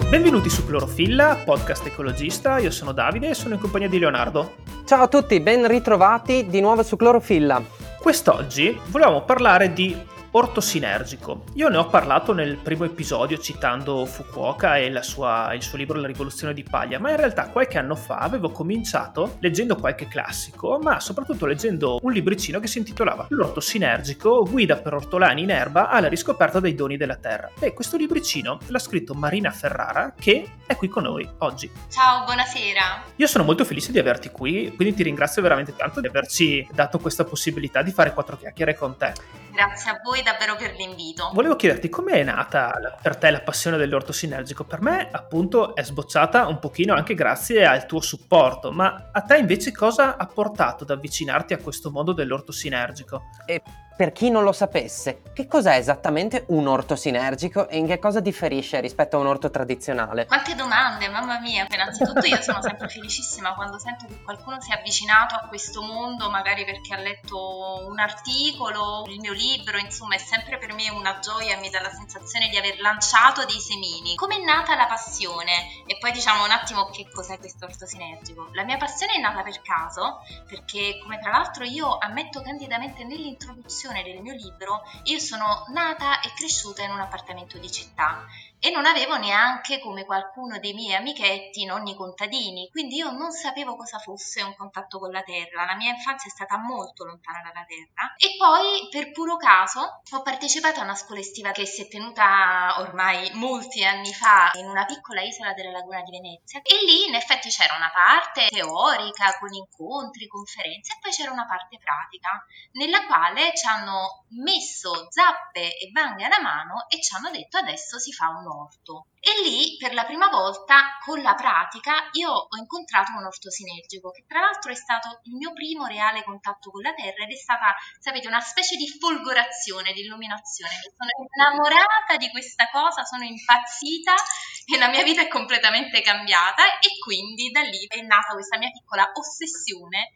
Benvenuti su Clorofilla, podcast ecologista. Io sono Davide e sono in compagnia di Leonardo. Ciao a tutti, ben ritrovati di nuovo su Clorofilla. Quest'oggi volevamo parlare di orto sinergico. Io ne ho parlato nel primo episodio citando Fukuoka e il suo libro La rivoluzione di paglia, ma in realtà qualche anno fa avevo cominciato leggendo qualche classico, ma soprattutto leggendo un libricino che si intitolava L'orto sinergico, guida per ortolani in erba alla riscoperta dei doni della terra. E questo libricino l'ha scritto Marina Ferrara, che è qui con noi oggi. Ciao, buonasera. Io sono molto felice di averti qui, quindi ti ringrazio veramente tanto di averci dato questa possibilità di fare quattro chiacchiere con te. Grazie a voi davvero per l'invito. Volevo chiederti com'è nata per te la passione dell'orto sinergico. Per me appunto è sbocciata un pochino anche grazie al tuo supporto, ma a te invece cosa ha portato ad avvicinarti a questo mondo dell'orto sinergico? E per chi non lo sapesse, che cos'è esattamente un orto sinergico e in che cosa differisce rispetto a un orto tradizionale? Quante domande, mamma mia. Innanzitutto io sono sempre felicissima quando sento che qualcuno si è avvicinato a questo mondo, magari perché ha letto un articolo, il mio libro, insomma è sempre per me una gioia e mi dà la sensazione di aver lanciato dei semini. Com'è nata la passione? E poi diciamo un attimo che cos'è questo orto sinergico. La mia passione è nata per caso, perché come tra l'altro io ammetto candidamente nell'introduzione del mio libro, io sono nata e cresciuta in un appartamento di città e non avevo neanche, come qualcuno dei miei amichetti, nonni contadini, quindi io non sapevo cosa fosse un contatto con la terra. La mia infanzia è stata molto lontana dalla terra e poi per puro caso ho partecipato a una scuola estiva che si è tenuta ormai molti anni fa in una piccola isola della laguna di Venezia e lì in effetti c'era una parte teorica con incontri, conferenze e poi c'era una parte pratica nella quale ci hanno messo zappe e vanghe alla mano e ci hanno detto adesso si fa un orto. E lì per la prima volta con la pratica io ho incontrato un orto sinergico che tra l'altro è stato il mio primo reale contatto con la terra ed è stata, sapete, una specie di folgorazione, di illuminazione. Mi sono innamorata di questa cosa, sono impazzita e la mia vita è completamente cambiata e quindi da lì è nata questa mia piccola ossessione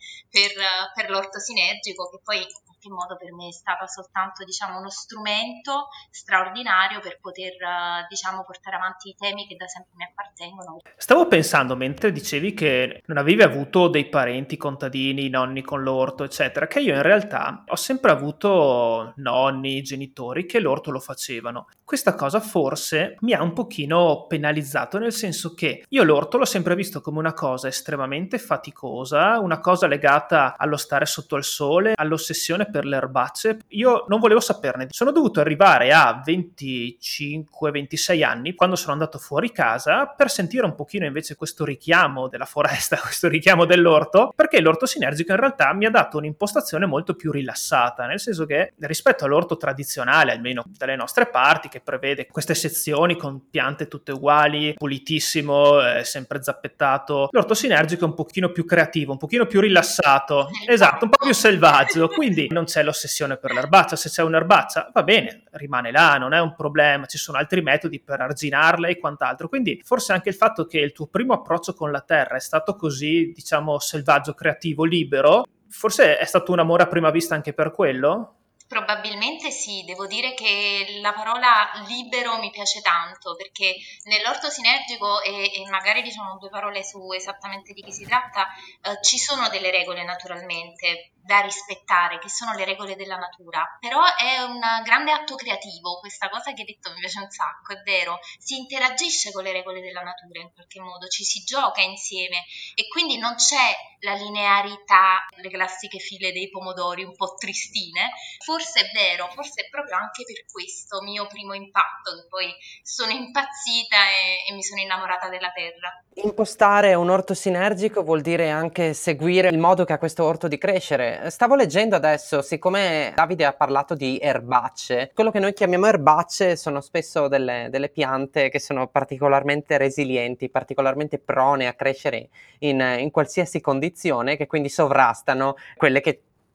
per l'orto sinergico che poi in modo per me è stata soltanto diciamo uno strumento straordinario per poter diciamo portare avanti i temi che da sempre mi appartengono. Stavo pensando mentre dicevi che non avevi avuto dei parenti contadini, nonni con l'orto, eccetera, che io in realtà ho sempre avuto nonni, genitori che l'orto lo facevano. Questa cosa forse mi ha un pochino penalizzato, nel senso che io l'orto l'ho sempre visto come una cosa estremamente faticosa, una cosa legata allo stare sotto il sole, all'ossessione per le erbacce. Io non volevo saperne. Sono dovuto arrivare a 25-26 anni, quando sono andato fuori casa, per sentire un pochino invece questo richiamo della foresta, questo richiamo dell'orto, perché l'orto sinergico in realtà mi ha dato un'impostazione molto più rilassata, nel senso che rispetto all'orto tradizionale, almeno dalle nostre parti, che prevede queste sezioni con piante tutte uguali, pulitissimo, sempre zappettato, l'orto sinergico è un pochino più creativo, un pochino più rilassato, esatto, un po' più selvaggio, quindi non c'è l'ossessione per l'erbaccia. Se c'è un'erbaccia va bene, rimane là, non è un problema, ci sono altri metodi per arginarla e quant'altro. Quindi forse anche il fatto che il tuo primo approccio con la terra è stato così, diciamo, selvaggio, creativo, libero, forse è stato un amore a prima vista anche per quello? Probabilmente sì, devo dire che la parola libero mi piace tanto perché nell'orto sinergico e magari diciamo due parole su esattamente di che si tratta, ci sono delle regole naturalmente da rispettare, che sono le regole della natura, però è un grande atto creativo, questa cosa che hai detto mi piace un sacco, è vero, si interagisce con le regole della natura in qualche modo, ci si gioca insieme e quindi non c'è la linearità, le classiche file dei pomodori un po' tristine. Forse è vero, forse è proprio anche per questo mio primo impatto che poi sono impazzita e mi sono innamorata della terra. Impostare un orto sinergico vuol dire anche seguire il modo che ha questo orto di crescere. Stavo leggendo adesso, siccome Davide ha parlato di erbacce, quello che noi chiamiamo erbacce sono spesso delle piante che sono particolarmente resilienti, particolarmente prone a crescere in qualsiasi condizione, che quindi sovrastano quelle che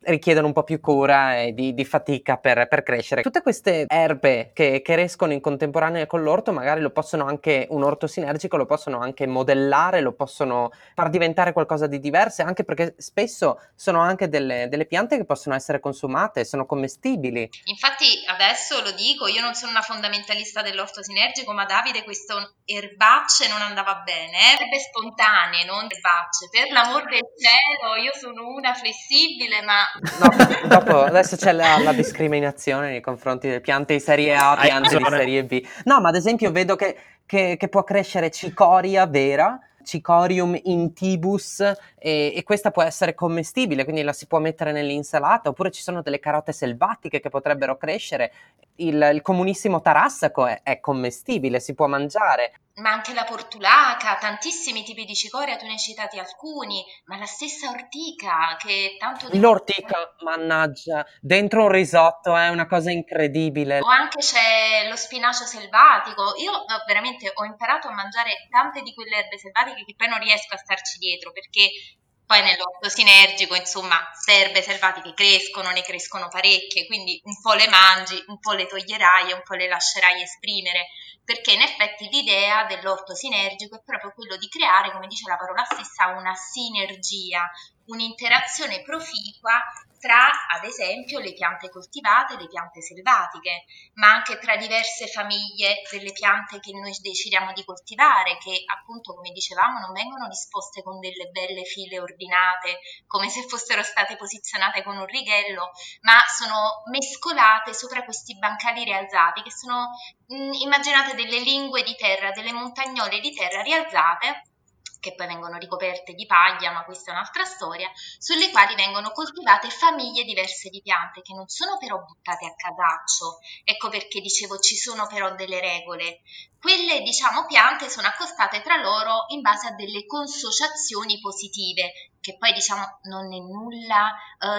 richiedono un po' più cura e di fatica per crescere. Tutte queste erbe che crescono in contemporanea con l'orto, magari lo possono anche, un orto sinergico lo possono anche modellare, lo possono far diventare qualcosa di diverso, anche perché spesso sono anche delle piante che possono essere consumate, sono commestibili. Infatti adesso lo dico, io non sono una fondamentalista dell'orto sinergico, ma Davide questo erbacce non andava bene, erbe spontanee, non erbacce, per l'amor del cielo, io sono una flessibile, ma No, dopo, adesso c'è la discriminazione nei confronti delle piante di serie A, Hai piante di ragione. serie B. No, ma ad esempio vedo che può crescere cicoria vera, Cicorium intybus, e questa può essere commestibile, quindi la si può mettere nell'insalata, oppure ci sono delle carote selvatiche che potrebbero crescere. Il comunissimo tarassaco è commestibile, si può mangiare. anche la portulaca, tantissimi tipi di cicoria, tu ne hai citati alcuni, ma la stessa ortica che tanto di moda. L'ortica, mannaggia, dentro un risotto è una cosa incredibile. O anche c'è lo spinacio selvatico. Io veramente ho imparato a mangiare tante di quelle erbe selvatiche che poi non riesco a starci dietro perché poi nell'orto sinergico, insomma, queste erbe selvatiche crescono, ne crescono parecchie, quindi un po' le mangi, un po' le toglierai e un po' le lascerai esprimere, perché in effetti l'idea dell'orto sinergico è proprio quello di creare, come dice la parola stessa, una sinergia, un'interazione proficua tra, ad esempio, le piante coltivate e le piante selvatiche, ma anche tra diverse famiglie delle piante che noi decidiamo di coltivare, che appunto, come dicevamo, non vengono disposte con delle belle file ordinate, come se fossero state posizionate con un righello, ma sono mescolate sopra questi bancali rialzati, che sono, immaginate delle lingue di terra, delle montagnole di terra rialzate, che poi vengono ricoperte di paglia, ma questa è un'altra storia, sulle quali vengono coltivate famiglie diverse di piante che non sono però buttate a casaccio. Ecco perché dicevo ci sono però delle regole. Quelle, diciamo, piante sono accostate tra loro in base a delle consociazioni positive, che poi diciamo non è nulla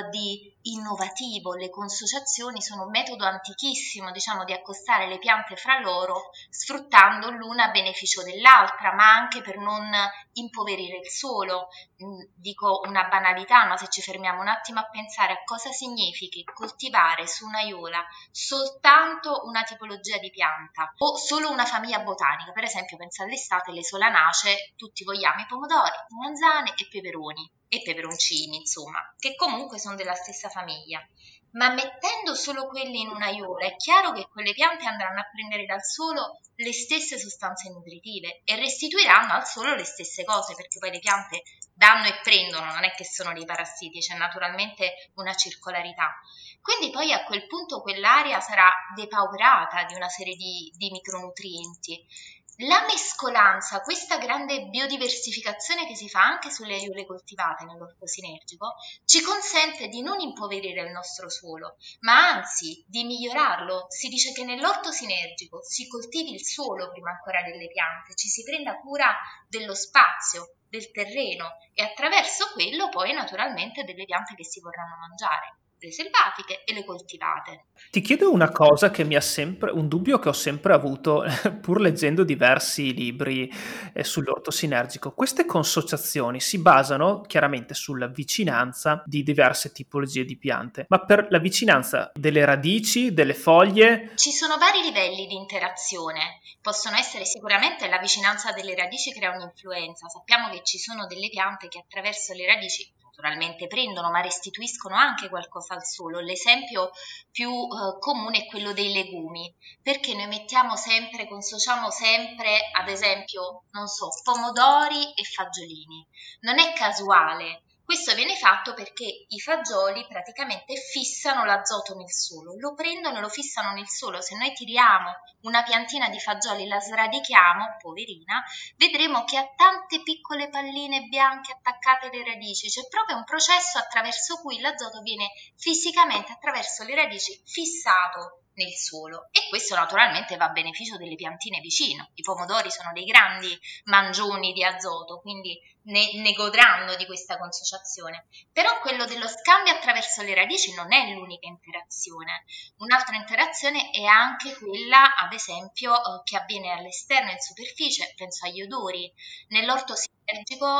di innovativo. Le consociazioni sono un metodo antichissimo, diciamo, di accostare le piante fra loro, sfruttando l'una a beneficio dell'altra, ma anche per non impoverire il suolo. Dico una banalità, ma se ci fermiamo un attimo a pensare a cosa significhi coltivare su un'aiuola soltanto una tipologia di pianta o solo una famiglia botanica, per esempio pensa all'estate, le solanacee, tutti vogliamo i pomodori, le melanzane e peperoni e peperoncini, insomma, che comunque sono della stessa famiglia. Ma mettendo solo quelli in un'aiuola è chiaro che quelle piante andranno a prendere dal suolo le stesse sostanze nutritive e restituiranno al suolo le stesse cose, perché poi le piante danno e prendono, non è che sono dei parassiti, c'è naturalmente una circolarità. Quindi poi a quel punto quell'area sarà depauperata di una serie di micronutrienti. La mescolanza, questa grande biodiversificazione che si fa anche sulle aiuole coltivate nell'orto sinergico, ci consente di non impoverire il nostro suolo, ma anzi di migliorarlo. Si dice che nell'orto sinergico si coltivi il suolo prima ancora delle piante, ci si prenda cura dello spazio, del terreno e attraverso quello poi naturalmente delle piante che si vorranno mangiare, le selvatiche e le coltivate. Ti chiedo una cosa che mi ha sempre, un dubbio che ho sempre avuto, pur leggendo diversi libri sull'orto sinergico. Queste consociazioni si basano chiaramente sulla vicinanza di diverse tipologie di piante, ma per la vicinanza delle radici, delle foglie. Ci sono vari livelli di interazione, possono essere sicuramente la vicinanza delle radici crea un'influenza, sappiamo che ci sono delle piante che attraverso le radici naturalmente prendono ma restituiscono anche qualcosa al suolo. L'esempio più comune è quello dei legumi, perché noi mettiamo sempre, consociamo sempre ad esempio, non so, pomodori e fagiolini, non è casuale. Questo viene fatto perché i fagioli praticamente fissano l'azoto nel suolo, lo prendono e lo fissano nel suolo. Se noi tiriamo una piantina di fagioli, la sradichiamo, poverina, vedremo che ha tante piccole palline bianche attaccate alle radici. C'è proprio un processo attraverso cui l'azoto viene fisicamente attraverso le radici fissato nel suolo e questo naturalmente va a beneficio delle piantine vicino. I pomodori sono dei grandi mangioni di azoto, quindi ne godranno di questa consociazione. Però quello dello scambio attraverso le radici non è l'unica interazione. Un'altra interazione è anche quella, ad esempio, che avviene all'esterno in superficie, penso agli odori. Nell'orto sinergico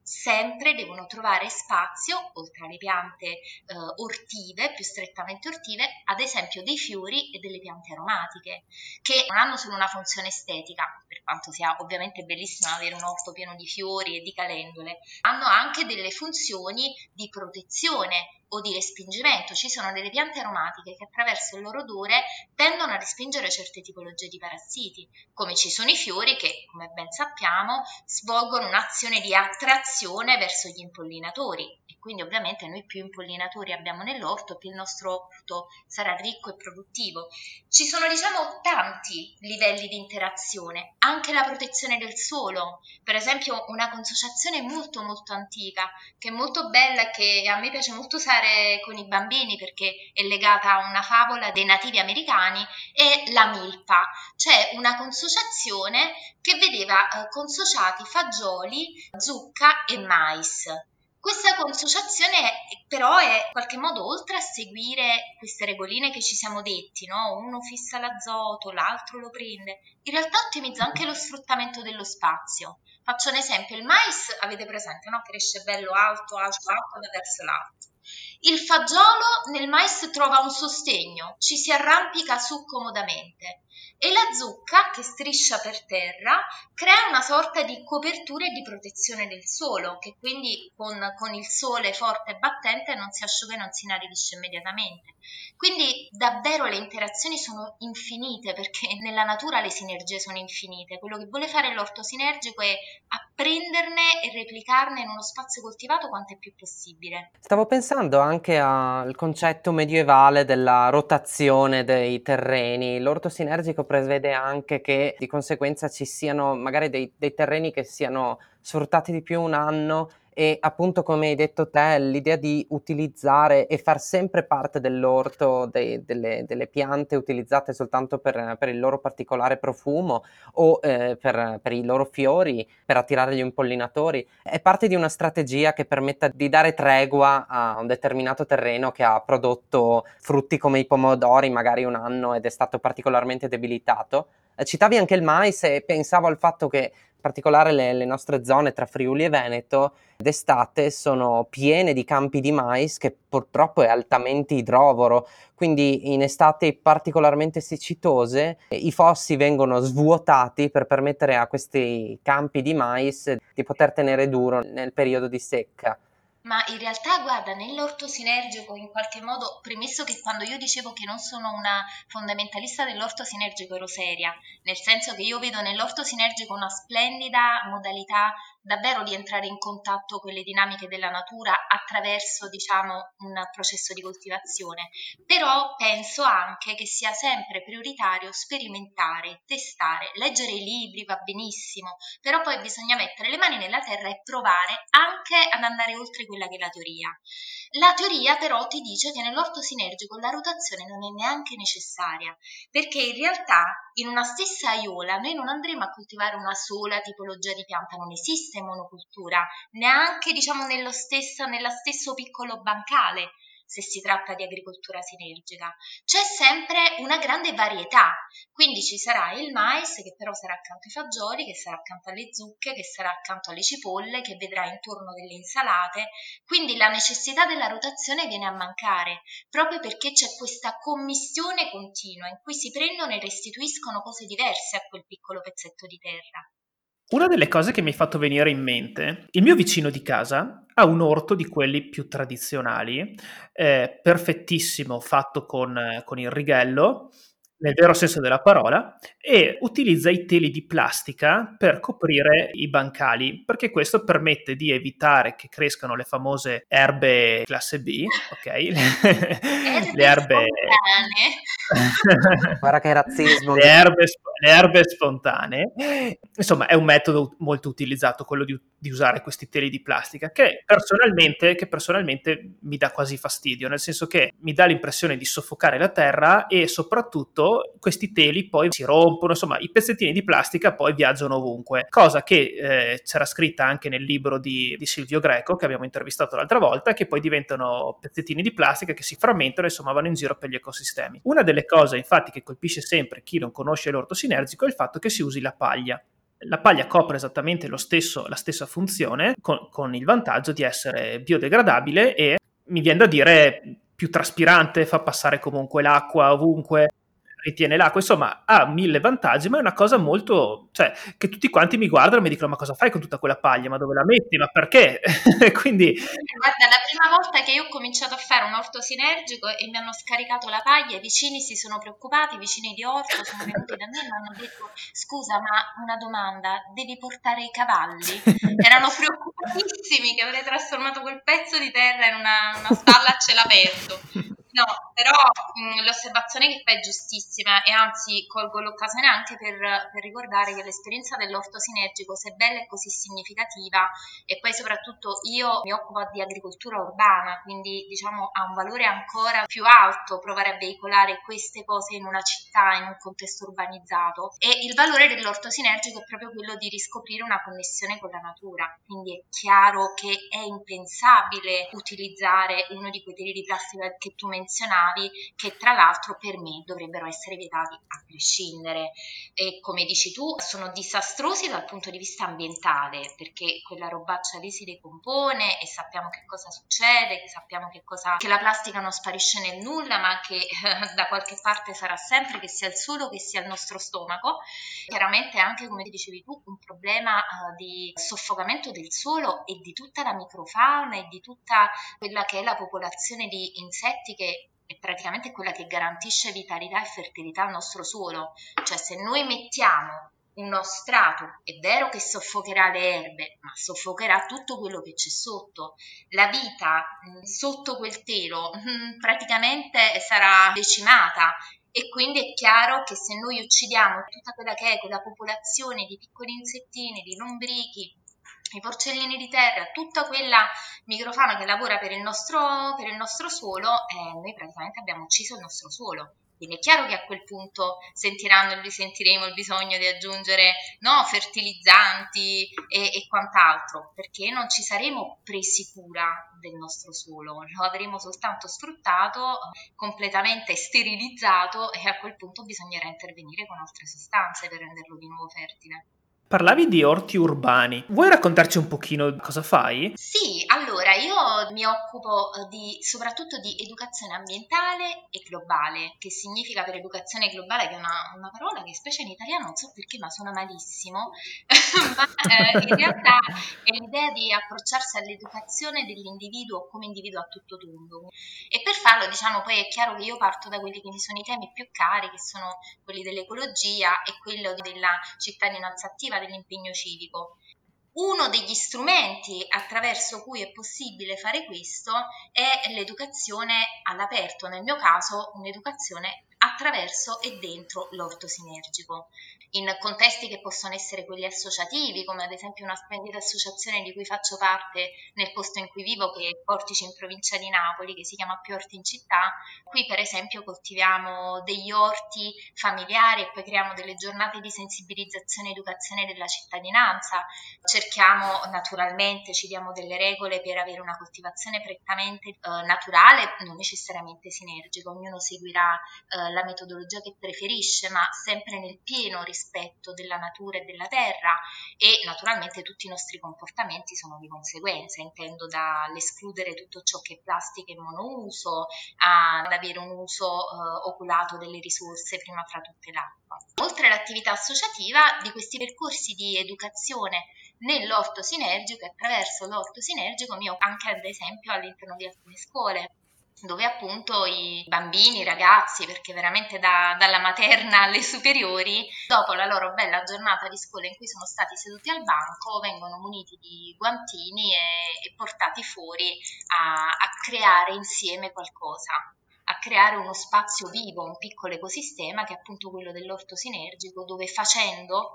sempre devono trovare spazio, oltre alle piante ortive, più strettamente ortive, ad esempio dei fiori e delle piante aromatiche, che non hanno solo una funzione estetica, per quanto sia ovviamente bellissimo avere un orto pieno di fiori e di calendule, hanno anche delle funzioni di protezione o di respingimento. Ci sono delle piante aromatiche che attraverso il loro odore tendono a respingere certe tipologie di parassiti, come ci sono i fiori che, come ben sappiamo, svolgono un'azione di attrazione verso gli impollinatori, e quindi ovviamente noi più impollinatori abbiamo nell'orto, più il nostro orto sarà ricco e produttivo. Ci sono, diciamo, tanti livelli di interazione, anche la protezione del suolo, per esempio una consociazione molto molto antica, che è molto bella e che a me piace molto usare con i bambini perché è legata a una favola dei nativi americani, è la milpa, cioè una consociazione che vedeva consociati fagioli, zucca e mais. Questa consociazione però è in qualche modo, oltre a seguire queste regoline che ci siamo detti, no? Uno fissa l'azoto, l'altro lo prende, in realtà ottimizza anche lo sfruttamento dello spazio. Faccio un esempio: il mais, avete presente, no? Cresce bello alto, alto, alto verso l'alto. Il fagiolo nel mais trova un sostegno, ci si arrampica su comodamente, e la zucca, che striscia per terra, crea una sorta di copertura e di protezione del suolo, che quindi con il sole forte e battente non si asciuga e non si inaridisce immediatamente. Quindi davvero le interazioni sono infinite, perché nella natura le sinergie sono infinite. Quello che vuole fare l'orto sinergico è apprenderne e replicarne in uno spazio coltivato quanto è più possibile. Stavo pensando anche al concetto medievale della rotazione dei terreni. L'orto sinergico prevede anche che di conseguenza ci siano magari dei terreni che siano sfruttati di più un anno, e appunto, come hai detto te, l'idea di utilizzare e far sempre parte dell'orto delle piante utilizzate soltanto per il loro particolare profumo o per i loro fiori, per attirare gli impollinatori, è parte di una strategia che permetta di dare tregua a un determinato terreno che ha prodotto frutti come i pomodori magari un anno ed è stato particolarmente debilitato. Citavi anche il mais e pensavo al fatto che in particolare le nostre zone tra Friuli e Veneto d'estate sono piene di campi di mais, che purtroppo è altamente idrovoro, quindi in estate particolarmente siccitose i fossi vengono svuotati per permettere a questi campi di mais di poter tenere duro nel periodo di secca. Ma in realtà, guarda, nell'orto sinergico, in qualche modo, premesso che quando io dicevo che non sono una fondamentalista dell'orto sinergico ero seria, nel senso che io vedo nell'orto sinergico una splendida modalità davvero di entrare in contatto con le dinamiche della natura attraverso, diciamo, un processo di coltivazione. Però penso anche che sia sempre prioritario sperimentare, testare, leggere i libri va benissimo, però poi bisogna mettere le mani nella terra e provare anche ad andare oltre quella che è la teoria. La teoria però ti dice che nell'orto sinergico la rotazione non è neanche necessaria, perché in realtà in una stessa aiuola noi non andremo a coltivare una sola tipologia di pianta, non esiste monocultura, neanche diciamo nella stesso piccolo bancale. Se si tratta di agricoltura sinergica, c'è sempre una grande varietà, quindi ci sarà il mais che però sarà accanto ai fagioli, che sarà accanto alle zucche, che sarà accanto alle cipolle, che vedrà intorno delle insalate, quindi la necessità della rotazione viene a mancare, proprio perché c'è questa commistione continua in cui si prendono e restituiscono cose diverse a quel piccolo pezzetto di terra. Una delle cose che mi hai fatto venire in mente, il mio vicino di casa ha un orto di quelli più tradizionali, perfettissimo, fatto con il righello, nel vero senso della parola, e utilizza i teli di plastica per coprire i bancali, perché questo permette di evitare che crescano le famose erbe classe B, ok? Le Erbe erbe... spontanee. Guarda che razzismo. Le erbe spontanee. Insomma, è un metodo molto utilizzato quello di usare questi teli di plastica, che personalmente mi dà quasi fastidio, nel senso che mi dà l'impressione di soffocare la terra, e soprattutto questi teli poi si rompono, insomma i pezzettini di plastica poi viaggiano ovunque, cosa che c'era scritta anche nel libro di Silvio Greco, che abbiamo intervistato l'altra volta, che poi diventano pezzettini di plastica che si frammentano e insomma vanno in giro per gli ecosistemi. Una delle cose infatti che colpisce sempre chi non conosce l'orto sinergico è il fatto che si usi la paglia. La paglia copre esattamente la stessa funzione, con il vantaggio di essere biodegradabile e, mi viene da dire, più traspirante, fa passare comunque l'acqua ovunque, ritiene l'acqua, insomma ha 1000 vantaggi, ma è una cosa molto, cioè, che tutti quanti mi guardano e mi dicono: ma cosa fai con tutta quella paglia, ma dove la metti, ma perché? Quindi Guarda, la prima volta che io ho cominciato a fare un orto sinergico e mi hanno scaricato la paglia, i vicini si sono preoccupati, i vicini di orto sono venuti da me e mi hanno detto: scusa, ma una domanda, devi portare i cavalli? Erano preoccupatissimi che avrei trasformato quel pezzo di terra in una stalla a cielo aperto. No, però l'osservazione che fai è giustissima e anzi colgo l'occasione anche per ricordare che l'esperienza dell'orto sinergico, se bella e così significativa, e poi soprattutto io mi occupo di agricoltura urbana, quindi diciamo ha un valore ancora più alto provare a veicolare queste cose in una città, in un contesto urbanizzato, e il valore dell'orto sinergico è proprio quello di riscoprire una connessione con la natura, quindi è chiaro che è impensabile utilizzare uno di quei teli di plastica che tu menzionavi, che tra l'altro per me dovrebbero essere vietati a prescindere, e come dici tu sono disastrosi dal punto di vista ambientale, perché quella robaccia lì si decompone e sappiamo che cosa succede, che la plastica non sparisce nel nulla, ma che da qualche parte sarà sempre, che sia il suolo, che sia il nostro stomaco. Chiaramente anche, come dicevi tu, un problema di soffocamento del suolo e di tutta la microfauna e di tutta quella che è la popolazione di insetti, che è praticamente quella che garantisce vitalità e fertilità al nostro suolo. Cioè, se noi mettiamo uno strato, è vero che soffocherà le erbe, ma soffocherà tutto quello che c'è sotto. La vita sotto quel telo praticamente sarà decimata, e quindi è chiaro che se noi uccidiamo tutta quella che è quella popolazione di piccoli insettini, di lombrichi, i porcellini di terra, tutta quella microfauna che lavora per il nostro suolo, noi praticamente abbiamo ucciso il nostro suolo. Quindi è chiaro che a quel punto sentiremo il bisogno di aggiungere, no, fertilizzanti e quant'altro, perché non ci saremo presi cura del nostro suolo, lo avremo soltanto sfruttato, completamente sterilizzato, e a quel punto bisognerà intervenire con altre sostanze per renderlo di nuovo fertile. parlavi di orti urbani, vuoi raccontarci un pochino cosa fai? Sì, allora io mi occupo soprattutto di educazione ambientale e globale, che significa, per educazione globale, che è una parola che specie in italiano non so perché, ma suona malissimo, ma in realtà è l'idea di approcciarsi all'educazione dell'individuo come individuo a tutto tondo. E per farlo, diciamo, poi è chiaro che io parto da quelli che mi sono i temi più cari, che sono quelli dell'ecologia e quello della cittadinanza attiva, dell'impegno civico. Uno degli strumenti attraverso cui è possibile fare questo è l'educazione all'aperto, nel mio caso un'educazione attraverso e dentro l'orto sinergico, in contesti che possono essere quelli associativi, come ad esempio una splendida associazione di cui faccio parte nel posto in cui vivo, che è Portici, in provincia di Napoli, che si chiama Più Orti in Città. Qui per esempio coltiviamo degli orti familiari e poi creiamo delle giornate di sensibilizzazione e educazione della cittadinanza. Cerchiamo, naturalmente, ci diamo delle regole per avere una coltivazione prettamente naturale, non necessariamente sinergica, ognuno seguirà la metodologia che preferisce, ma sempre nel pieno rispetto della natura e della terra, e naturalmente tutti i nostri comportamenti sono di conseguenza, intendo dall'escludere tutto ciò che è plastica e monouso, ad avere un uso oculato delle risorse, prima fra tutte l'acqua. Oltre all'attività associativa, di questi percorsi di educazione nell'orto sinergico, e attraverso l'orto sinergico mi occupo anche ad esempio all'interno di alcune scuole, dove appunto i bambini, i ragazzi, perché veramente dalla materna alle superiori, dopo la loro bella giornata di scuola in cui sono stati seduti al banco, vengono muniti di guantini e portati fuori a creare insieme qualcosa, a creare uno spazio vivo, un piccolo ecosistema, che è appunto quello dell'orto sinergico, dove facendo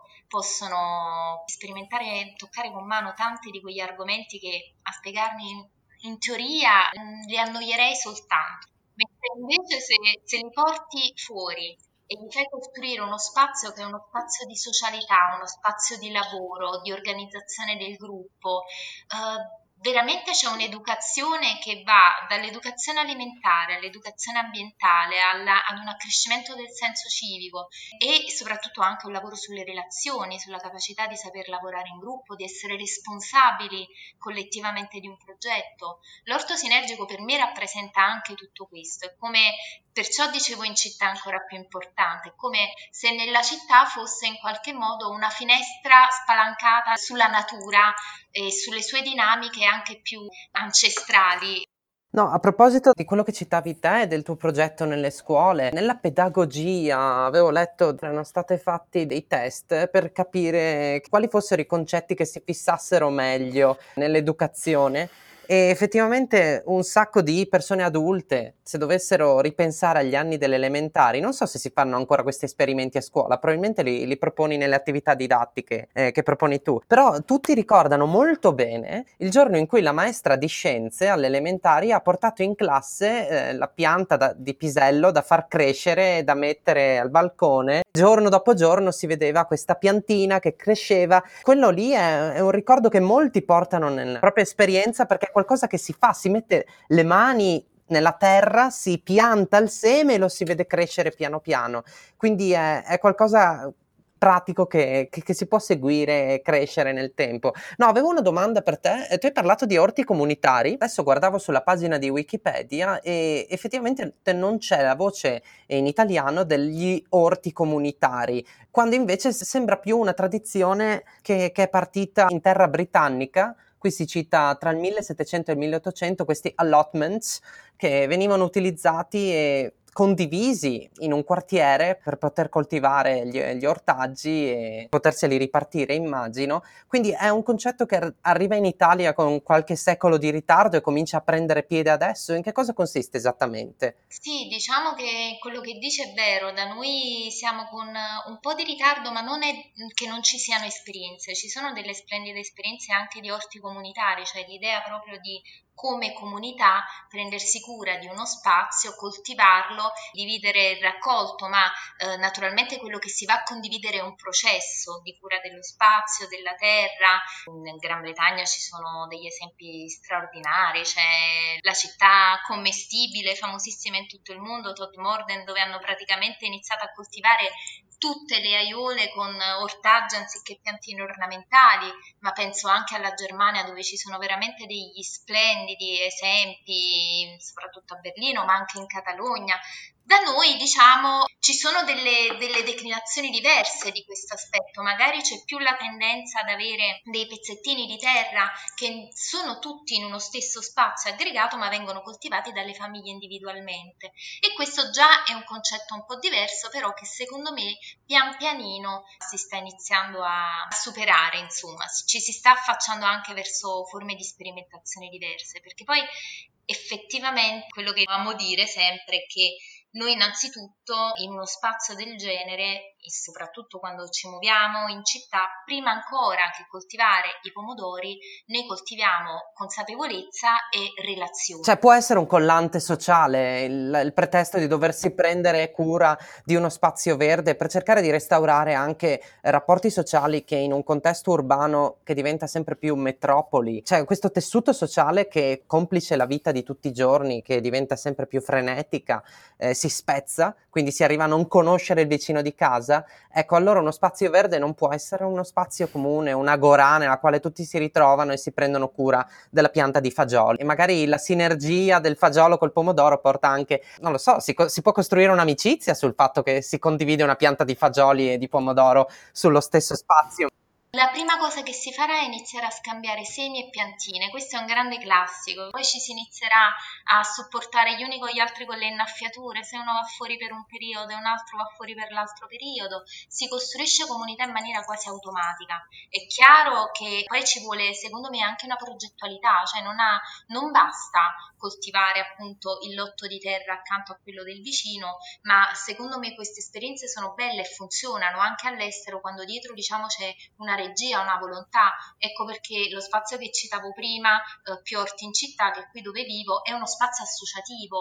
possono sperimentare, toccare con mano tanti di quegli argomenti che a spiegarmi in teoria li annoierei soltanto, mentre invece se li porti fuori e gli fai costruire uno spazio che è uno spazio di socialità, uno spazio di lavoro, di organizzazione del gruppo, veramente c'è un'educazione che va dall'educazione alimentare all'educazione ambientale, ad un accrescimento del senso civico e soprattutto anche un lavoro sulle relazioni, sulla capacità di saper lavorare in gruppo, di essere responsabili collettivamente di un progetto. L'orto sinergico per me rappresenta anche tutto questo, è come, perciò dicevo in città ancora più importante, è come se nella città fosse in qualche modo una finestra spalancata sulla natura e sulle sue dinamiche anche più ancestrali. No, a proposito di quello che citavi te e del tuo progetto nelle scuole, nella pedagogia avevo letto che erano stati fatti dei test per capire quali fossero i concetti che si fissassero meglio nell'educazione e effettivamente un sacco di persone adulte, se dovessero ripensare agli anni delle elementari, non so se si fanno ancora questi esperimenti a scuola, probabilmente li proponi nelle attività didattiche che proponi tu, però tutti ricordano molto bene il giorno in cui la maestra di scienze alle elementari ha portato in classe la pianta di pisello da far crescere e da mettere al balcone. Giorno dopo giorno si vedeva questa piantina che cresceva. Quello lì è un ricordo che molti portano nella propria esperienza perché è qualcosa che si fa, si mette le mani nella terra, si pianta il seme e lo si vede crescere piano piano. Quindi è qualcosa pratico che si può seguire e crescere nel tempo. No, avevo una domanda per te. Tu hai parlato di orti comunitari. Adesso guardavo sulla pagina di Wikipedia e effettivamente non c'è la voce in italiano degli orti comunitari, quando invece sembra più una tradizione che è partita in terra britannica. Qui si cita tra il 1700 e il 1800 questi allotments che venivano utilizzati e condivisi in un quartiere per poter coltivare gli ortaggi e poterseli ripartire, immagino. Quindi è un concetto che arriva in Italia con qualche secolo di ritardo e comincia a prendere piede adesso. In che cosa consiste esattamente? Sì, diciamo che quello che dice è vero, da noi siamo con un po' di ritardo, ma non è che non ci siano esperienze, ci sono delle splendide esperienze anche di orti comunitari, cioè l'idea proprio di come comunità prendersi cura di uno spazio, coltivarlo, dividere il raccolto, ma naturalmente quello che si va a condividere è un processo di cura dello spazio, della terra. In Gran Bretagna ci sono degli esempi straordinari, c'è la città commestibile famosissima in tutto il mondo, Todmorden, dove hanno praticamente iniziato a coltivare tutte le aiuole con ortaggi anziché piantine ornamentali, ma penso anche alla Germania dove ci sono veramente degli splendidi esempi, soprattutto a Berlino, ma anche in Catalogna. Da noi, diciamo, ci sono delle declinazioni diverse di questo aspetto, magari c'è più la tendenza ad avere dei pezzettini di terra che sono tutti in uno stesso spazio aggregato, ma vengono coltivati dalle famiglie individualmente. E questo già è un concetto un po' diverso, però che secondo me pian pianino si sta iniziando a superare, insomma, ci si sta affacciando anche verso forme di sperimentazione diverse, perché poi effettivamente quello che amo dire sempre è che noi innanzitutto in uno spazio del genere e soprattutto quando ci muoviamo in città, prima ancora che coltivare i pomodori, ne coltiviamo consapevolezza e relazione. Cioè può essere un collante sociale il pretesto di doversi prendere cura di uno spazio verde per cercare di restaurare anche rapporti sociali che in un contesto urbano che diventa sempre più metropoli, cioè questo tessuto sociale che complice la vita di tutti i giorni, che diventa sempre più frenetica, si spezza, quindi si arriva a non conoscere il vicino di casa. Ecco, allora uno spazio verde non può essere uno spazio comune, un'agorà nella quale tutti si ritrovano e si prendono cura della pianta di fagioli. E magari la sinergia del fagiolo col pomodoro porta anche, non lo so, si può costruire un'amicizia sul fatto che si condivide una pianta di fagioli e di pomodoro sullo stesso spazio. La prima cosa che si farà è iniziare a scambiare semi e piantine, questo è un grande classico, poi ci si inizierà a supportare gli uni con gli altri con le innaffiature, se uno va fuori per un periodo e un altro va fuori per l'altro periodo, si costruisce comunità in maniera quasi automatica. È chiaro che poi ci vuole, secondo me, anche una progettualità, cioè non basta coltivare appunto il lotto di terra accanto a quello del vicino, ma secondo me queste esperienze sono belle e funzionano anche all'estero quando dietro, diciamo, c'è una regia, una volontà. Ecco perché lo spazio che citavo prima, più orti in città, che è qui dove vivo, è uno spazio associativo.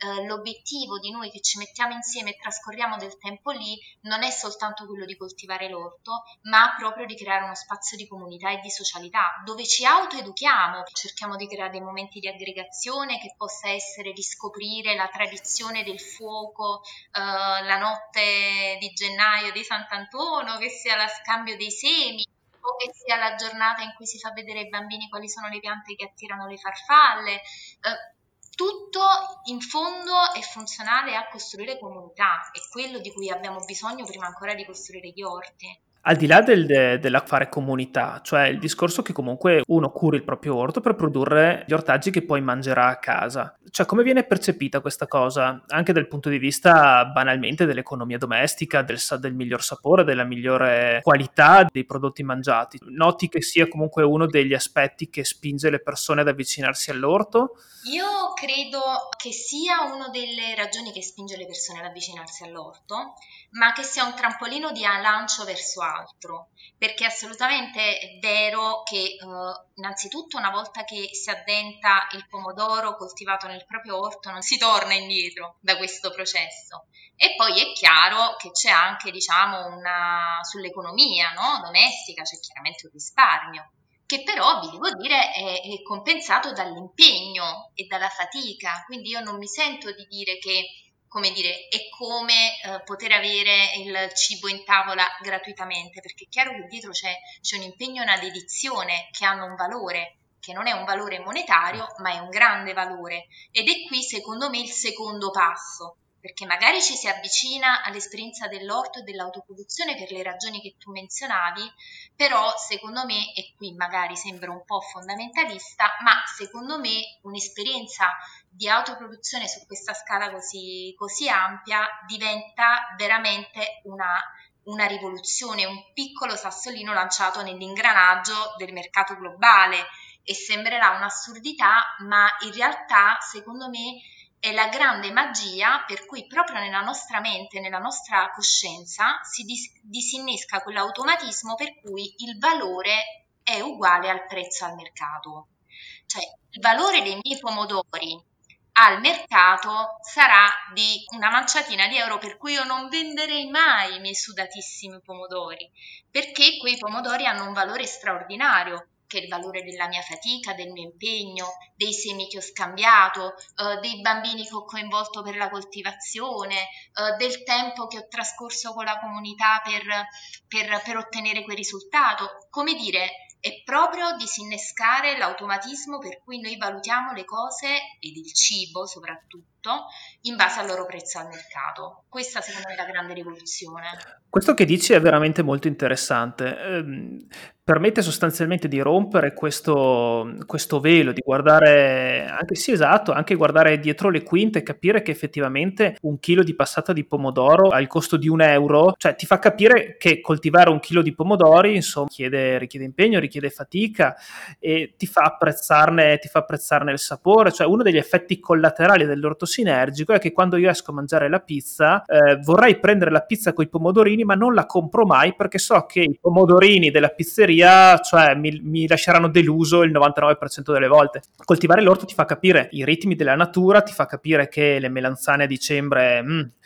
l'obiettivo di noi che ci mettiamo insieme e trascorriamo del tempo lì non è soltanto quello di coltivare l'orto, ma proprio di creare uno spazio di comunità e di socialità dove ci autoeduchiamo, cerchiamo di creare dei momenti di aggregazione che possa essere riscoprire la tradizione del fuoco, la notte di gennaio di Sant'Antonio, che sia lo scambio dei semi, o che sia la giornata in cui si fa vedere ai bambini quali sono le piante che attirano le farfalle. Tutto in fondo è funzionale a costruire comunità, è quello di cui abbiamo bisogno prima ancora di costruire gli orti. Al di là dell'affare comunità, cioè il discorso che comunque uno curi il proprio orto per produrre gli ortaggi che poi mangerà a casa. Cioè, come viene percepita questa cosa? Anche dal punto di vista banalmente dell'economia domestica, del miglior sapore, della migliore qualità dei prodotti mangiati. Noti che sia comunque uno degli aspetti che spinge le persone ad avvicinarsi all'orto? Io credo che sia una delle ragioni che spinge le persone ad avvicinarsi all'orto, ma che sia un trampolino di lancio verso altro, perché assolutamente è vero che innanzitutto una volta che si addenta il pomodoro coltivato nel proprio orto non si torna indietro da questo processo. E poi è chiaro che c'è anche, diciamo, sull'economia, no? Domestica, c'è chiaramente un risparmio che però, vi devo dire, è compensato dall'impegno e dalla fatica, quindi io non mi sento di dire che, come dire, è come poter avere il cibo in tavola gratuitamente, perché è chiaro che dietro c'è un impegno e una dedizione che hanno un valore, che non è un valore monetario, ma è un grande valore, ed è qui secondo me il secondo passo, perché magari ci si avvicina all'esperienza dell'orto e dell'autoproduzione per le ragioni che tu menzionavi, però secondo me, e qui magari sembra un po' fondamentalista, ma secondo me un'esperienza di autoproduzione su questa scala così ampia diventa veramente una rivoluzione, un piccolo sassolino lanciato nell'ingranaggio del mercato globale, e sembrerà un'assurdità, ma in realtà secondo me è la grande magia per cui proprio nella nostra mente, nella nostra coscienza si disinnesca quell'automatismo per cui il valore è uguale al prezzo al mercato. Cioè il valore dei miei pomodori al mercato sarà di una manciatina di euro, per cui io non venderei mai i miei sudatissimi pomodori, perché quei pomodori hanno un valore straordinario, che è il valore della mia fatica, del mio impegno, dei semi che ho scambiato, dei bambini che ho coinvolto per la coltivazione, del tempo che ho trascorso con la comunità per ottenere quel risultato. Come dire, è proprio disinnescare l'automatismo per cui noi valutiamo le cose, ed il cibo soprattutto, in base al loro prezzo al mercato. Questa secondo me è la grande rivoluzione. Questo che dici è veramente molto interessante. Permette sostanzialmente di rompere questo velo, di guardare, anche sì, esatto, anche guardare dietro le quinte e capire che effettivamente un chilo di passata di pomodoro al costo di €1, cioè ti fa capire che coltivare un chilo di pomodori, insomma, richiede impegno, richiede fatica e ti fa apprezzarne il sapore. Cioè uno degli effetti collaterali dell'orto sinergico è che quando io esco a mangiare la pizza, vorrei prendere la pizza con i pomodorini, ma non la compro mai perché so che i pomodorini della pizzeria, cioè, mi lasceranno deluso il 99% delle volte. Coltivare l'orto ti fa capire i ritmi della natura, ti fa capire che le melanzane a dicembre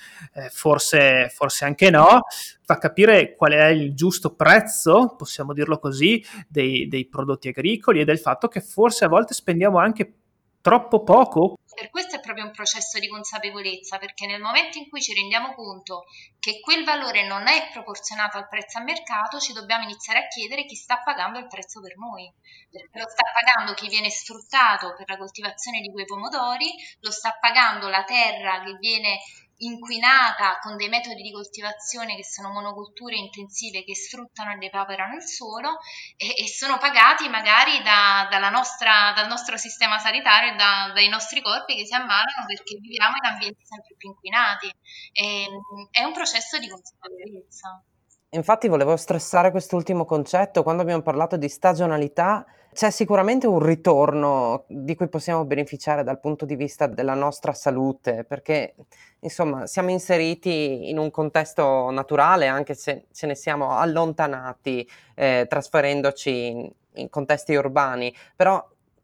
forse anche no, fa capire qual è il giusto prezzo, possiamo dirlo così, dei prodotti agricoli, e del fatto che forse a volte spendiamo anche troppo poco. Per questo è proprio un processo di consapevolezza, perché nel momento in cui ci rendiamo conto che quel valore non è proporzionato al prezzo a mercato, ci dobbiamo iniziare a chiedere chi sta pagando il prezzo per noi, perché lo sta pagando chi viene sfruttato per la coltivazione di quei pomodori, lo sta pagando la terra che viene inquinata con dei metodi di coltivazione che sono monoculture intensive che sfruttano e depauperano il suolo, e sono pagati magari dal nostro sistema sanitario e dai nostri corpi che si ammalano perché viviamo in ambienti sempre più inquinati. È un processo di consapevolezza. Infatti volevo stressare quest'ultimo concetto. Quando abbiamo parlato di stagionalità, c'è sicuramente un ritorno di cui possiamo beneficiare dal punto di vista della nostra salute, perché insomma siamo inseriti in un contesto naturale, anche se ce ne siamo allontanati, trasferendoci in contesti urbani, però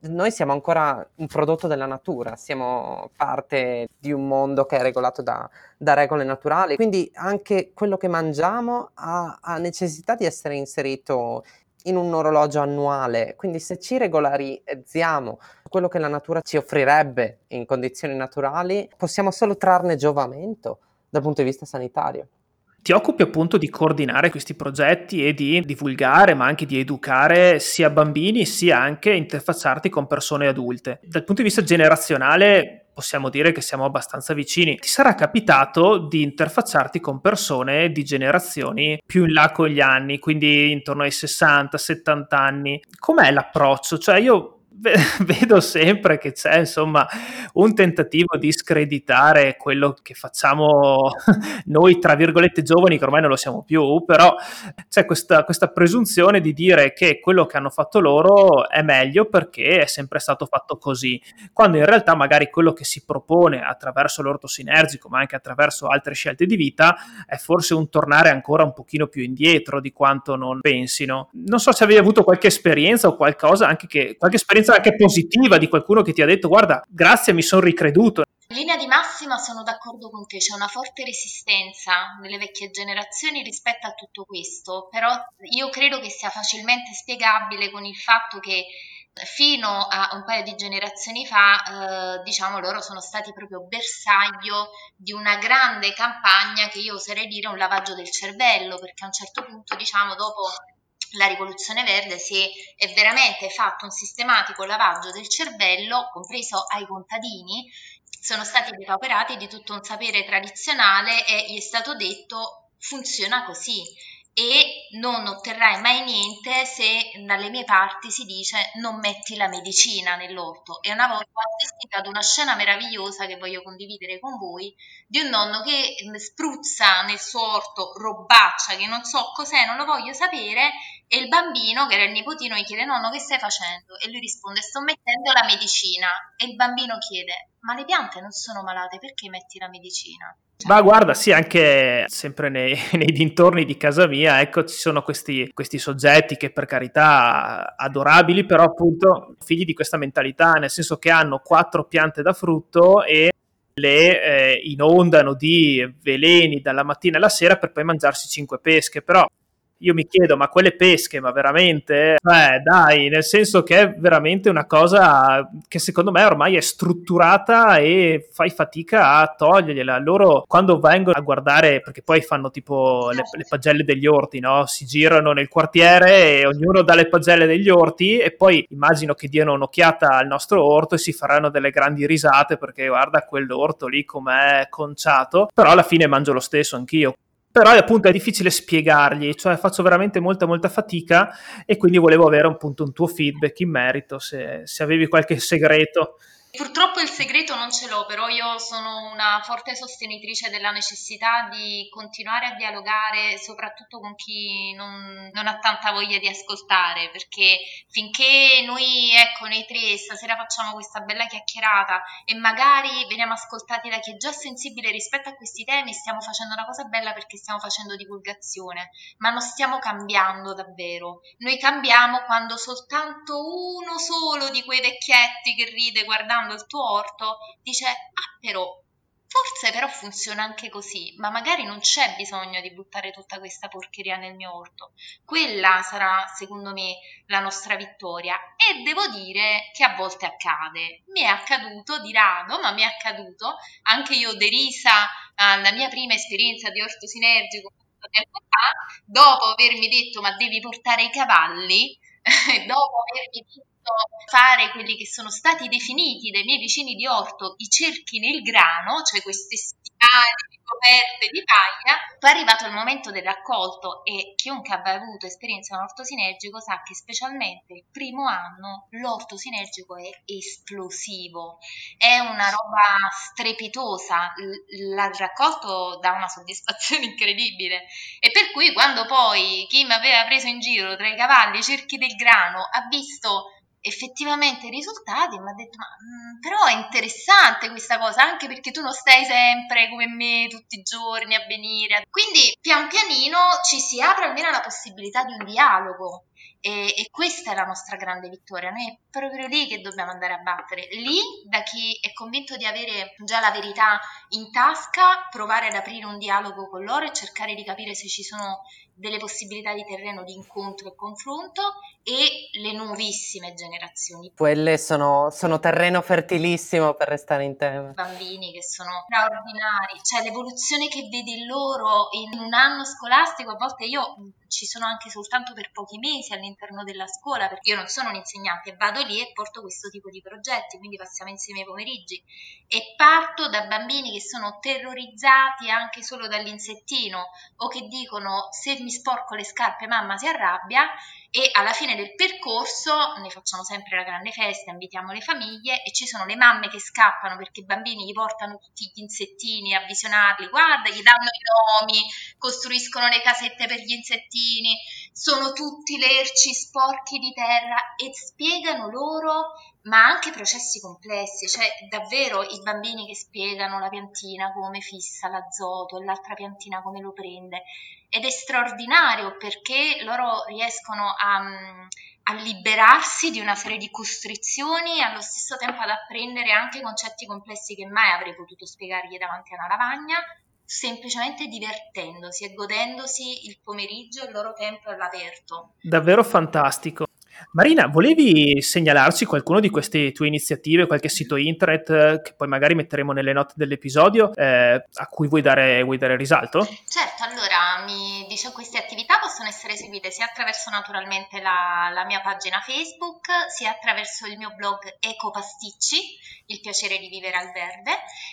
noi siamo ancora un prodotto della natura, siamo parte di un mondo che è regolato da regole naturali, quindi anche quello che mangiamo ha necessità di essere inserito in un orologio annuale, quindi se ci regolarizziamo quello che la natura ci offrirebbe in condizioni naturali, possiamo solo trarne giovamento dal punto di vista sanitario. Ti occupi appunto di coordinare questi progetti e di divulgare, ma anche di educare sia bambini sia anche interfacciarti con persone adulte. Dal punto di vista generazionale possiamo dire che siamo abbastanza vicini. Ti sarà capitato di interfacciarti con persone di generazioni più in là con gli anni, quindi intorno ai 60-70 anni. Com'è l'approccio? Cioè io vedo sempre che c'è insomma un tentativo di screditare quello che facciamo noi tra virgolette giovani, che ormai non lo siamo più, però c'è questa presunzione di dire che quello che hanno fatto loro è meglio perché è sempre stato fatto così, quando in realtà magari quello che si propone attraverso l'orto sinergico, ma anche attraverso altre scelte di vita, è forse un tornare ancora un pochino più indietro di quanto non pensino. Non so se avevi avuto qualche esperienza o qualcosa, qualche esperienza anche positiva di qualcuno che ti ha detto guarda, grazie, mi sono ricreduto. In linea di massima sono d'accordo con te, c'è una forte resistenza nelle vecchie generazioni rispetto a tutto questo, però io credo che sia facilmente spiegabile con il fatto che fino a un paio di generazioni fa, diciamo, loro sono stati proprio bersaglio di una grande campagna che io oserei dire un lavaggio del cervello, perché a un certo punto, diciamo, dopo la rivoluzione verde è veramente fatto un sistematico lavaggio del cervello, compreso ai contadini. Sono stati depauperati di tutto un sapere tradizionale e gli è stato detto funziona così e non otterrai mai niente se dalle mie parti si dice non metti la medicina nell'orto. E una volta ho assistito ad una scena meravigliosa che voglio condividere con voi di un nonno che spruzza nel suo orto robaccia che non so cos'è, non lo voglio sapere, e il bambino, che era il nipotino, gli chiede nonno che stai facendo? E lui risponde sto mettendo la medicina. E il bambino chiede ma le piante non sono malate, perché metti la medicina? Ma guarda, sì, anche sempre nei dintorni di casa mia, ecco, ci sono questi soggetti che per carità adorabili, però appunto figli di questa mentalità, nel senso che hanno 4 piante da frutto e le inondano di veleni dalla mattina alla sera per poi mangiarsi 5 pesche, però io mi chiedo, ma quelle pesche, ma veramente? Dai, nel senso che è veramente una cosa che secondo me ormai è strutturata e fai fatica a togliergliela. Loro quando vengono a guardare, perché poi fanno tipo le pagelle degli orti, no? Si girano nel quartiere e ognuno dà le pagelle degli orti e poi immagino che diano un'occhiata al nostro orto e si faranno delle grandi risate perché guarda quell'orto lì com'è conciato, però alla fine mangio lo stesso anch'io. Però appunto è difficile spiegargli, cioè faccio veramente molta fatica e quindi volevo avere appunto un tuo feedback in merito, se avevi qualche segreto. Purtroppo il segreto non ce l'ho, però io sono una forte sostenitrice della necessità di continuare a dialogare, soprattutto con chi non ha tanta voglia di ascoltare, perché finché noi, ecco, noi tre stasera facciamo questa bella chiacchierata e magari veniamo ascoltati da chi è già sensibile rispetto a questi temi, stiamo facendo una cosa bella perché stiamo facendo divulgazione, ma non stiamo cambiando davvero. Noi cambiamo quando soltanto uno solo di quei vecchietti che ride guardando il tuo orto dice però forse però funziona anche così, ma magari non c'è bisogno di buttare tutta questa porcheria nel mio orto. Quella sarà secondo me la nostra vittoria e devo dire che a volte accade. Mi è accaduto di rado, ma mi è accaduto anche io derisa alla mia prima esperienza di orto sinergico tempo fa, dopo avermi detto ma devi portare i cavalli, dopo avermi detto fare quelli che sono stati definiti dai miei vicini di orto i cerchi nel grano, cioè queste stivali ricoperte di paglia, poi è arrivato il momento del raccolto e chiunque abbia avuto esperienza in orto sinergico sa che specialmente il primo anno l'orto sinergico è esplosivo, è una roba strepitosa, il raccolto dà una soddisfazione incredibile e per cui quando poi chi mi aveva preso in giro tra i cavalli, i cerchi del grano, ha visto effettivamente i risultati mi ha detto però è interessante questa cosa anche perché tu non stai sempre come me tutti i giorni a venire, quindi pian pianino ci si apre almeno la possibilità di un dialogo E questa è la nostra grande vittoria, noi è proprio lì che dobbiamo andare a battere, lì da chi è convinto di avere già la verità in tasca, provare ad aprire un dialogo con loro e cercare di capire se ci sono delle possibilità di terreno di incontro e confronto, e le nuovissime generazioni. Quelle sono terreno fertilissimo per restare in tema. Bambini che sono straordinari, cioè l'evoluzione che vedi loro in un anno scolastico, a volte io ci sono anche soltanto per pochi mesi all'interno della scuola, perché io non sono un'insegnante, vado lì e porto questo tipo di progetti, quindi passiamo insieme i pomeriggi e parto da bambini che sono terrorizzati anche solo dall'insettino, o che dicono se mi sporco le scarpe mamma si arrabbia, e alla fine del percorso ne facciamo sempre la grande festa, invitiamo le famiglie e ci sono le mamme che scappano perché i bambini gli portano tutti gli insettini a visionarli, guarda, gli danno i nomi, costruiscono le casette per gli insettini, sono tutti lerci sporchi di terra, e spiegano loro, ma anche processi complessi, cioè davvero i bambini che spiegano la piantina come fissa l'azoto e l'altra piantina come lo prende, ed è straordinario perché loro riescono a liberarsi di una serie di costrizioni e allo stesso tempo ad apprendere anche concetti complessi che mai avrei potuto spiegargli davanti a una lavagna, semplicemente divertendosi e godendosi il pomeriggio e il loro tempo all'aperto. Davvero fantastico. Marina, volevi segnalarci qualcuno di queste tue iniziative, qualche sito internet che poi magari metteremo nelle note dell'episodio, a cui vuoi dare risalto? Certo, allora queste attività possono essere seguite sia attraverso naturalmente la mia pagina Facebook, sia attraverso il mio blog Ecopasticci, il piacere di vivere al verde,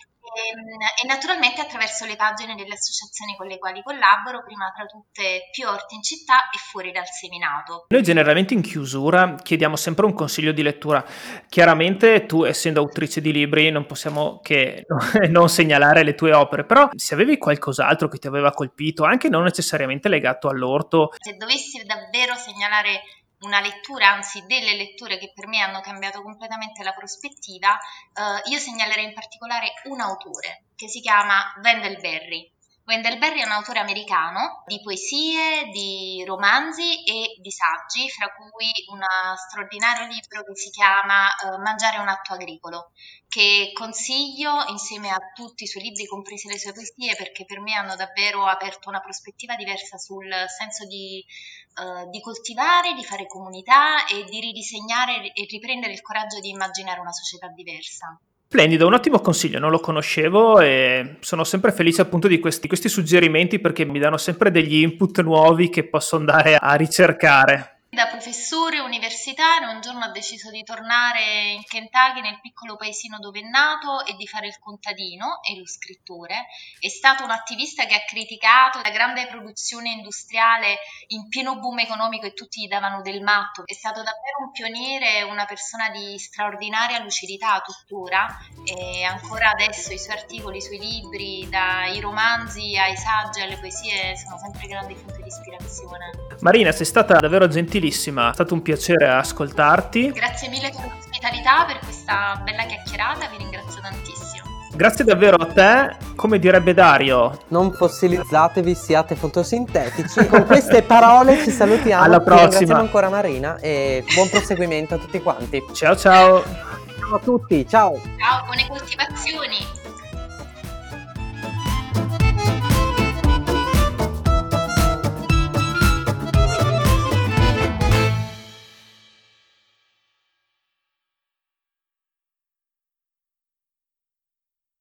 e naturalmente attraverso le pagine delle associazioni con le quali collaboro, prima tra tutte Più Orti in Città e Fuori dal Seminato. Noi generalmente in chiusura chiediamo sempre un consiglio di lettura. Chiaramente tu, essendo autrice di libri, non possiamo che non segnalare le tue opere, però se avevi qualcos'altro che ti aveva colpito, anche non necessariamente legato all'orto. Se dovessi davvero segnalare una lettura, anzi delle letture che per me hanno cambiato completamente la prospettiva, io segnalerei in particolare un autore che si chiama Wendell Berry. Wendell Berry è un autore americano di poesie, di romanzi e di saggi, fra cui un straordinario libro che si chiama Mangiare è un atto agricolo, che consiglio insieme a tutti i suoi libri, comprese le sue poesie, perché per me hanno davvero aperto una prospettiva diversa sul senso di coltivare, di fare comunità e di ridisegnare e riprendere il coraggio di immaginare una società diversa. Splendido, un ottimo consiglio, non lo conoscevo e sono sempre felice appunto di questi suggerimenti, perché mi danno sempre degli input nuovi che posso andare a ricercare. Da professore universitario un giorno ho deciso di tornare in Kentucky, nel piccolo paesino dove è nato, e di fare il contadino e lo scrittore. È stato un attivista che ha criticato la grande produzione industriale in pieno boom economico e tutti gli davano del matto. È stato davvero un pioniere, una persona di straordinaria lucidità tuttora, e ancora adesso i suoi articoli, i suoi libri, dai romanzi ai saggi alle poesie, sono sempre grandi fonti di ispirazione. Marina, sei stata davvero gentilissima, è stato un piacere ascoltarti. Grazie mille per l'ospitalità, per questa bella chiacchierata, vi ringrazio tantissimo. Grazie davvero a te, come direbbe Dario. Non fossilizzatevi, siate fotosintetici. Con queste parole ci salutiamo. Alla prossima. Ringraziamo ancora Marina e buon proseguimento a tutti quanti. Ciao ciao. Ciao a tutti, ciao. Ciao, buone coltivazioni.